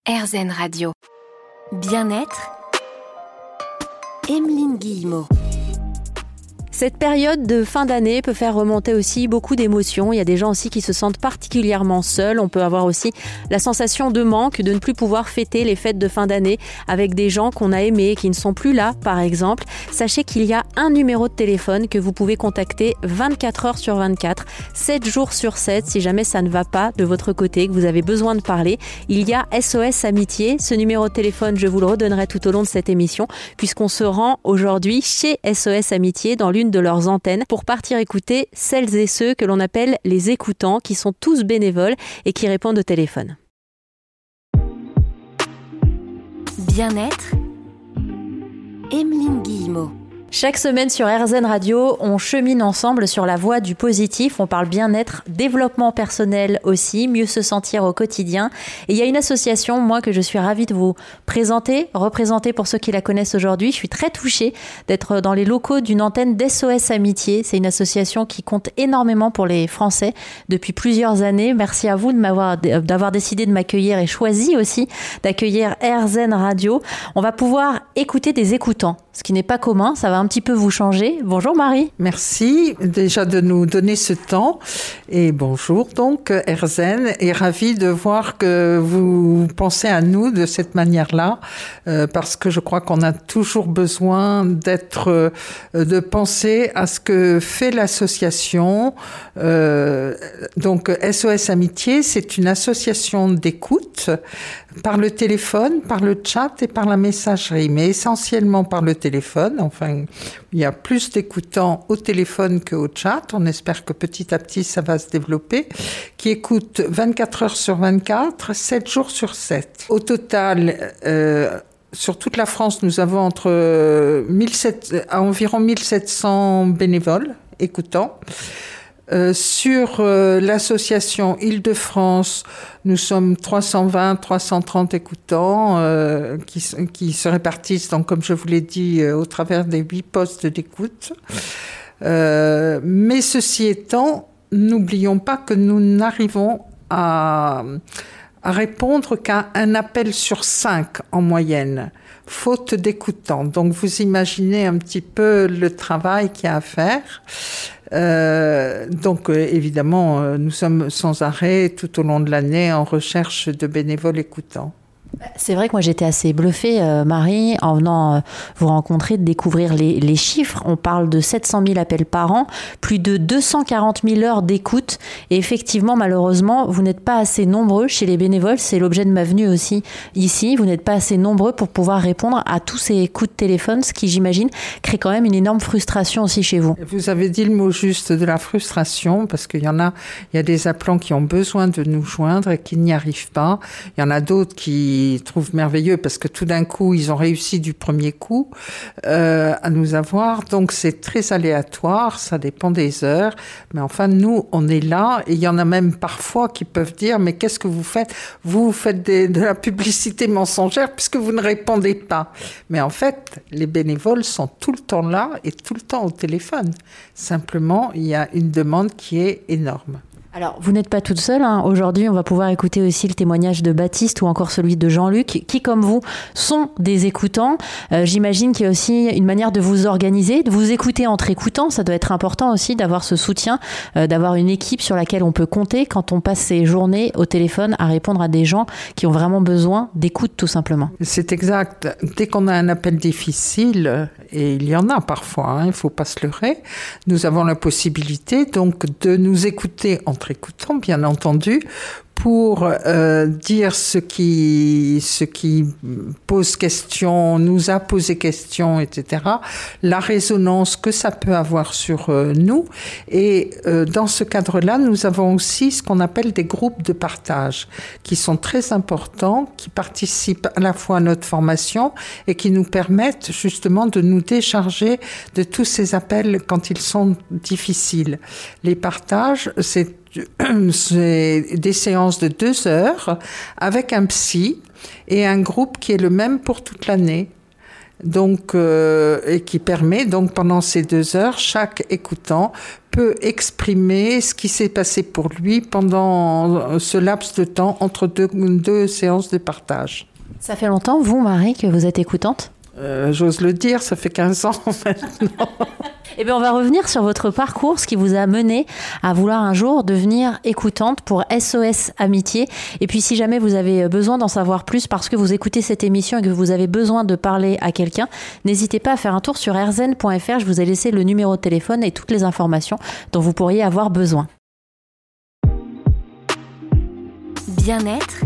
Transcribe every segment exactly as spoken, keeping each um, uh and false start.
AirZen Radio. Bien-être, Emeline Guillemot. Cette période de fin d'année peut faire remonter aussi beaucoup d'émotions. Il y a des gens aussi qui se sentent particulièrement seuls. On peut avoir aussi la sensation de manque, de ne plus pouvoir fêter les fêtes de fin d'année avec des gens qu'on a aimés, qui ne sont plus là, par exemple. Sachez qu'il y a un numéro de téléphone que vous pouvez contacter vingt-quatre heures sur vingt-quatre, sept jours sur sept, si jamais ça ne va pas de votre côté, que vous avez besoin de parler. Il y a S O S Amitié. Ce numéro de téléphone, je vous le redonnerai tout au long de cette émission, puisqu'on se rend aujourd'hui chez S O S Amitié dans l'une de leurs antennes pour partir écouter celles et ceux que l'on appelle les écoutants, qui sont tous bénévoles et qui répondent au téléphone. Bien-être, Emeline Guillemot. Chaque semaine sur AirZen Radio, on chemine ensemble sur la voie du positif. On parle bien-être, développement personnel aussi, mieux se sentir au quotidien. Et il y a une association, moi, que je suis ravie de vous présenter, représenter pour ceux qui la connaissent aujourd'hui. Je suis très touchée d'être dans les locaux d'une antenne d'S O S Amitié. C'est une association qui compte énormément pour les Français depuis plusieurs années. Merci à vous de m'avoir, d'avoir décidé de m'accueillir et choisi aussi d'accueillir AirZen Radio. On va pouvoir écouter des écoutants, ce qui n'est pas commun. Ça va un petit peu vous changer. Bonjour Marie. Merci déjà de nous donner ce temps et bonjour donc AirZen, et ravi de voir que vous pensez à nous de cette manière-là, euh, parce que je crois qu'on a toujours besoin d'être, euh, de penser à ce que fait l'association. Euh, donc S O S Amitié, c'est une association d'écoute par le téléphone, par le chat et par la messagerie, mais essentiellement par le téléphone. Enfin, il y a plus d'écoutants au téléphone qu'au chat. On espère que petit à petit, ça va se développer, qui écoutent vingt-quatre heures sur vingt-quatre, sept jours sur sept. Au total, euh, sur toute la France, nous avons entre mille sept cents, à environ mille sept cents bénévoles écoutants. Euh, sur euh, l'association Île-de-France, nous sommes trois cent vingt, trois cent trente écoutants euh, qui, qui se répartissent, donc, comme je vous l'ai dit, euh, au travers des huit postes d'écoute. Euh, mais ceci étant, n'oublions pas que nous n'arrivons à, à répondre qu'à un appel sur cinq en moyenne, faute d'écoutants. Donc vous imaginez un petit peu le travail qu'il y a à faire. Euh, donc euh, évidemment, euh, nous sommes sans arrêt tout au long de l'année en recherche de bénévoles écoutants. C'est vrai que moi j'étais assez bluffée, euh, Marie, en venant euh, vous rencontrer, de découvrir les, les chiffres. On parle de sept cent mille appels par an, plus de deux cent quarante mille heures d'écoute. Et effectivement, malheureusement, vous n'êtes pas assez nombreux chez les bénévoles. C'est l'objet de ma venue aussi ici. Vous n'êtes pas assez nombreux pour pouvoir répondre à tous ces coups de téléphone, ce qui, j'imagine, crée quand même une énorme frustration aussi chez vous. Vous avez dit le mot juste, de la frustration, parce qu'il y en a, il y a des appelants qui ont besoin de nous joindre et qui n'y arrivent pas. Il y en a d'autres qui trouvent merveilleux parce que tout d'un coup, ils ont réussi du premier coup euh, à nous avoir. Donc, c'est très aléatoire, ça dépend des heures. Mais enfin, nous, on est là et il y en a même parfois qui peuvent dire « Mais qu'est-ce que vous faites ? Vous faites des, de la publicité mensongère puisque vous ne répondez pas. » Mais en fait, les bénévoles sont tout le temps là et tout le temps au téléphone. Simplement, il y a une demande qui est énorme. Alors, vous n'êtes pas toute seule, hein. Aujourd'hui, on va pouvoir écouter aussi le témoignage de Baptiste ou encore celui de Jean-Luc, qui, comme vous, sont des écoutants. Euh, j'imagine qu'il y a aussi une manière de vous organiser, de vous écouter entre écoutants. Ça doit être important aussi d'avoir ce soutien, euh, d'avoir une équipe sur laquelle on peut compter quand on passe ses journées au téléphone à répondre à des gens qui ont vraiment besoin d'écoute, tout simplement. C'est exact. Dès qu'on a un appel difficile, et il y en a parfois, hein, il ne faut pas se leurrer, nous avons la possibilité donc de nous écouter entre écoutants, bien entendu, pour euh, dire ce qui, ce qui pose question, nous a posé question, et cetera, la résonance que ça peut avoir sur euh, nous. Et euh, dans ce cadre-là, nous avons aussi ce qu'on appelle des groupes de partage, qui sont très importants, qui participent à la fois à notre formation et qui nous permettent justement de nous décharger de tous ces appels quand ils sont difficiles. Les partages, c'est c'est des séances de deux heures avec un psy et un groupe qui est le même pour toute l'année. Donc, euh, et qui permet donc pendant ces deux heures, chaque écoutant peut peut exprimer ce qui s'est passé pour lui pendant ce laps de temps entre deux, deux séances de partage. Ça fait longtemps, vous, Marie, que vous êtes écoutante ? Euh, j'ose le dire, ça fait quinze ans maintenant. Eh bien, on va revenir sur votre parcours, ce qui vous a mené à vouloir un jour devenir écoutante pour S O S Amitié. Et puis, si jamais vous avez besoin d'en savoir plus parce que vous écoutez cette émission et que vous avez besoin de parler à quelqu'un, n'hésitez pas à faire un tour sur r z n point f r. Je vous ai laissé le numéro de téléphone et toutes les informations dont vous pourriez avoir besoin. Bien-être,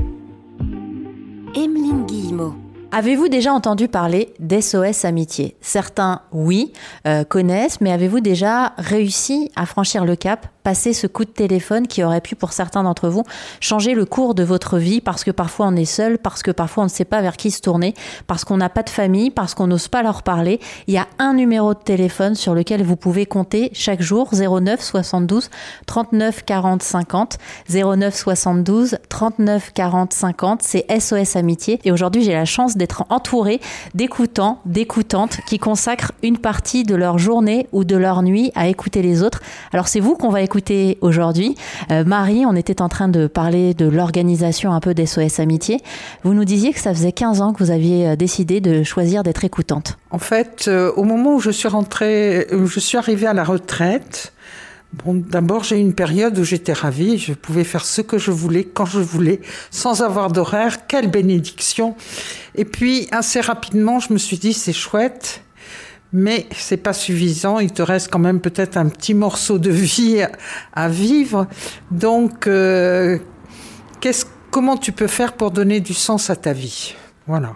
Emeline Guillemot. Avez-vous déjà entendu parler d'S O S Amitié ? Certains, oui, euh, connaissent, mais avez-vous déjà réussi à franchir le cap, passer ce coup de téléphone qui aurait pu, pour certains d'entre vous, changer le cours de votre vie parce que parfois on est seul, parce que parfois on ne sait pas vers qui se tourner, parce qu'on n'a pas de famille, parce qu'on n'ose pas leur parler. Il y a un numéro de téléphone sur lequel vous pouvez compter chaque jour, zéro neuf soixante-douze trente-neuf quarante cinquante, zéro neuf soixante-douze trente-neuf quarante cinquante, c'est S O S Amitié. Et aujourd'hui, j'ai la chance d'être entourée d'écoutants, d'écoutantes qui consacrent une partie de leur journée ou de leur nuit à écouter les autres. Alors c'est vous qu'on va écouter aujourd'hui. Euh, Marie, on était en train de parler de l'organisation un peu d'S O S Amitié. Vous nous disiez que ça faisait quinze ans que vous aviez décidé de choisir d'être écoutante. En fait, euh, au moment où je suis rentrée, où je suis arrivée à la retraite, bon, d'abord, j'ai eu une période où j'étais ravie. Je pouvais faire ce que je voulais, quand je voulais, sans avoir d'horaire. Quelle bénédiction! Et puis, assez rapidement, je me suis dit, c'est chouette, mais c'est pas suffisant. Il te reste quand même peut-être un petit morceau de vie à, à vivre. Donc, euh, qu'est-ce, comment tu peux faire pour donner du sens à ta vie? Voilà.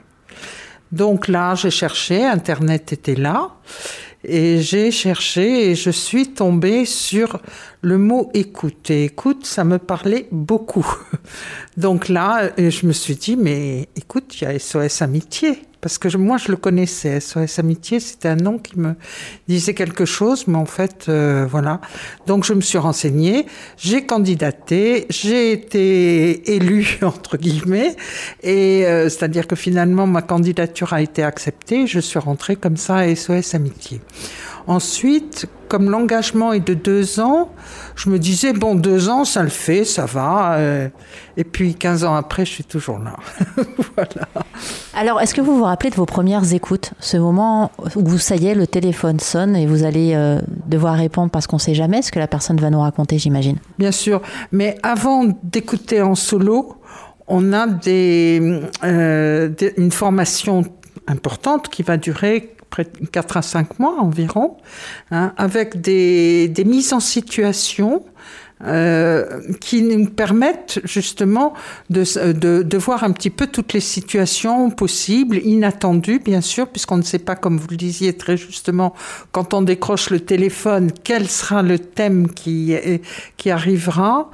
Donc là, j'ai cherché, Internet était là. Et j'ai cherché et je suis tombée sur le mot écoute. Et écoute, ça me parlait beaucoup. Donc là, je me suis dit, mais écoute, il y a S O S Amitié. Parce que je, moi, je le connaissais. S O S Amitié, c'était un nom qui me disait quelque chose. Mais en fait, euh, voilà. Donc, je me suis renseignée. J'ai candidaté. J'ai été élue, entre guillemets. Et euh, c'est-à-dire que finalement, ma candidature a été acceptée. Je suis rentrée comme ça à S O S Amitié. Ensuite, comme l'engagement est de deux ans, je me disais, bon, deux ans, ça le fait, ça va. Et puis, quinze ans après, je suis toujours là. Voilà. Alors, est-ce que vous vous rappelez de vos premières écoutes ? Ce moment où, ça y est, le téléphone sonne et vous allez euh, devoir répondre parce qu'on ne sait jamais ce que la personne va nous raconter, j'imagine. Bien sûr. Mais avant d'écouter en solo, on a des, euh, des, une formation importante qui va durer quatre à cinq mois environ, hein, avec des, des mises en situation euh, qui nous permettent justement de, de, de voir un petit peu toutes les situations possibles, inattendues bien sûr, puisqu'on ne sait pas, comme vous le disiez très justement, quand on décroche le téléphone, quel sera le thème qui, qui arrivera.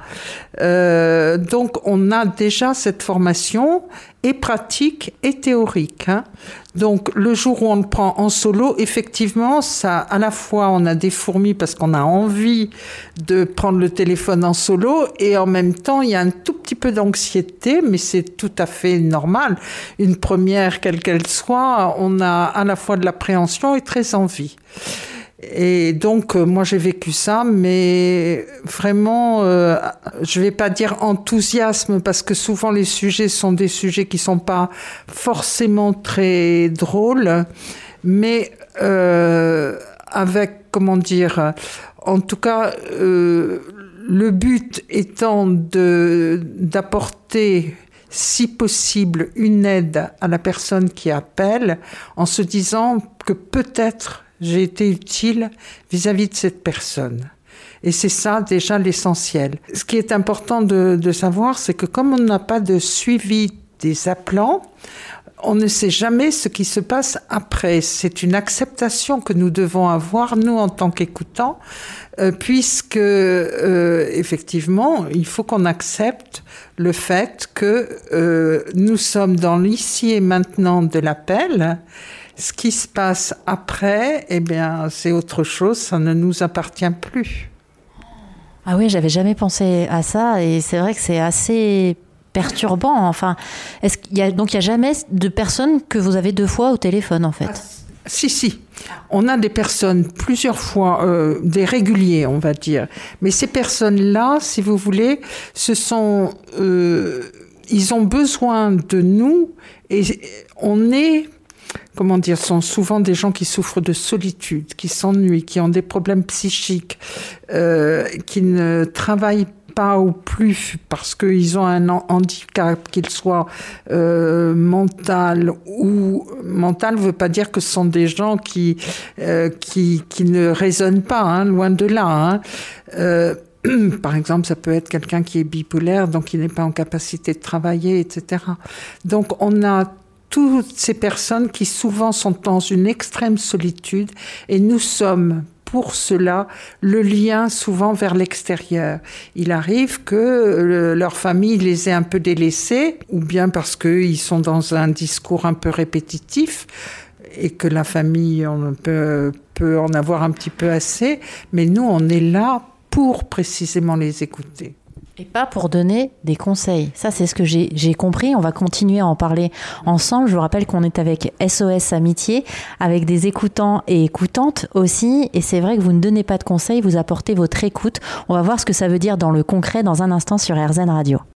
Euh, donc on a déjà cette formation et pratique et théorique, hein. Donc, le jour où on le prend en solo, effectivement, ça, à la fois, on a des fourmis parce qu'on a envie de prendre le téléphone en solo et en même temps, il y a un tout petit peu d'anxiété, mais c'est tout à fait normal. Une première, quelle qu'elle soit, on a à la fois de l'appréhension et très envie. Et donc, euh, moi, j'ai vécu ça, mais vraiment, euh, je vais pas dire enthousiasme, parce que souvent, les sujets sont des sujets qui sont pas forcément très drôles, mais euh, avec, comment dire, en tout cas, euh, le but étant de, d'apporter, si possible, une aide à la personne qui appelle, en se disant que peut-être j'ai été utile vis-à-vis de cette personne. Et c'est ça déjà l'essentiel. Ce qui est important de, de savoir, c'est que comme on n'a pas de suivi des appelants, on ne sait jamais ce qui se passe après. C'est une acceptation que nous devons avoir, nous, en tant qu'écoutants, euh, puisque, euh, effectivement, il faut qu'on accepte le fait que euh, nous sommes dans l'ici et maintenant de l'appel. Ce qui se passe après, eh bien, c'est autre chose, ça ne nous appartient plus. Ah oui, j'avais jamais pensé à ça, et c'est vrai que c'est assez perturbant. Enfin, est-ce qu'il y a, donc il n'y a jamais de personne que vous avez deux fois au téléphone, en fait ? Si, si. On a des personnes plusieurs fois, euh, des réguliers, on va dire. Mais ces personnes-là, si vous voulez, ce sont, euh, ils ont besoin de nous et on est, comment dire, sont souvent des gens qui souffrent de solitude, qui s'ennuient, qui ont des problèmes psychiques, euh, qui ne travaillent pas ou plus parce qu'ils ont un handicap, qu'il soit euh, mental ou mental, veut pas dire que ce sont des gens qui euh, qui qui ne raisonnent pas, hein, loin de là. Hein. Euh, par exemple, ça peut être quelqu'un qui est bipolaire, donc il n'est pas en capacité de travailler, et cetera. Donc on a toutes ces personnes qui souvent sont dans une extrême solitude et nous sommes pour cela le lien souvent vers l'extérieur. Il arrive que le, leur famille les ait un peu délaissés, ou bien parce qu'ils sont dans un discours un peu répétitif et que la famille on peut, peut en avoir un petit peu assez, mais nous on est là pour précisément les écouter. Et pas pour donner des conseils. Ça, c'est ce que j'ai, j'ai compris. On va continuer à en parler ensemble. Je vous rappelle qu'on est avec S O S Amitié, avec des écoutants et écoutantes aussi. Et c'est vrai que vous ne donnez pas de conseils, vous apportez votre écoute. On va voir ce que ça veut dire dans le concret dans un instant sur R Z N Radio.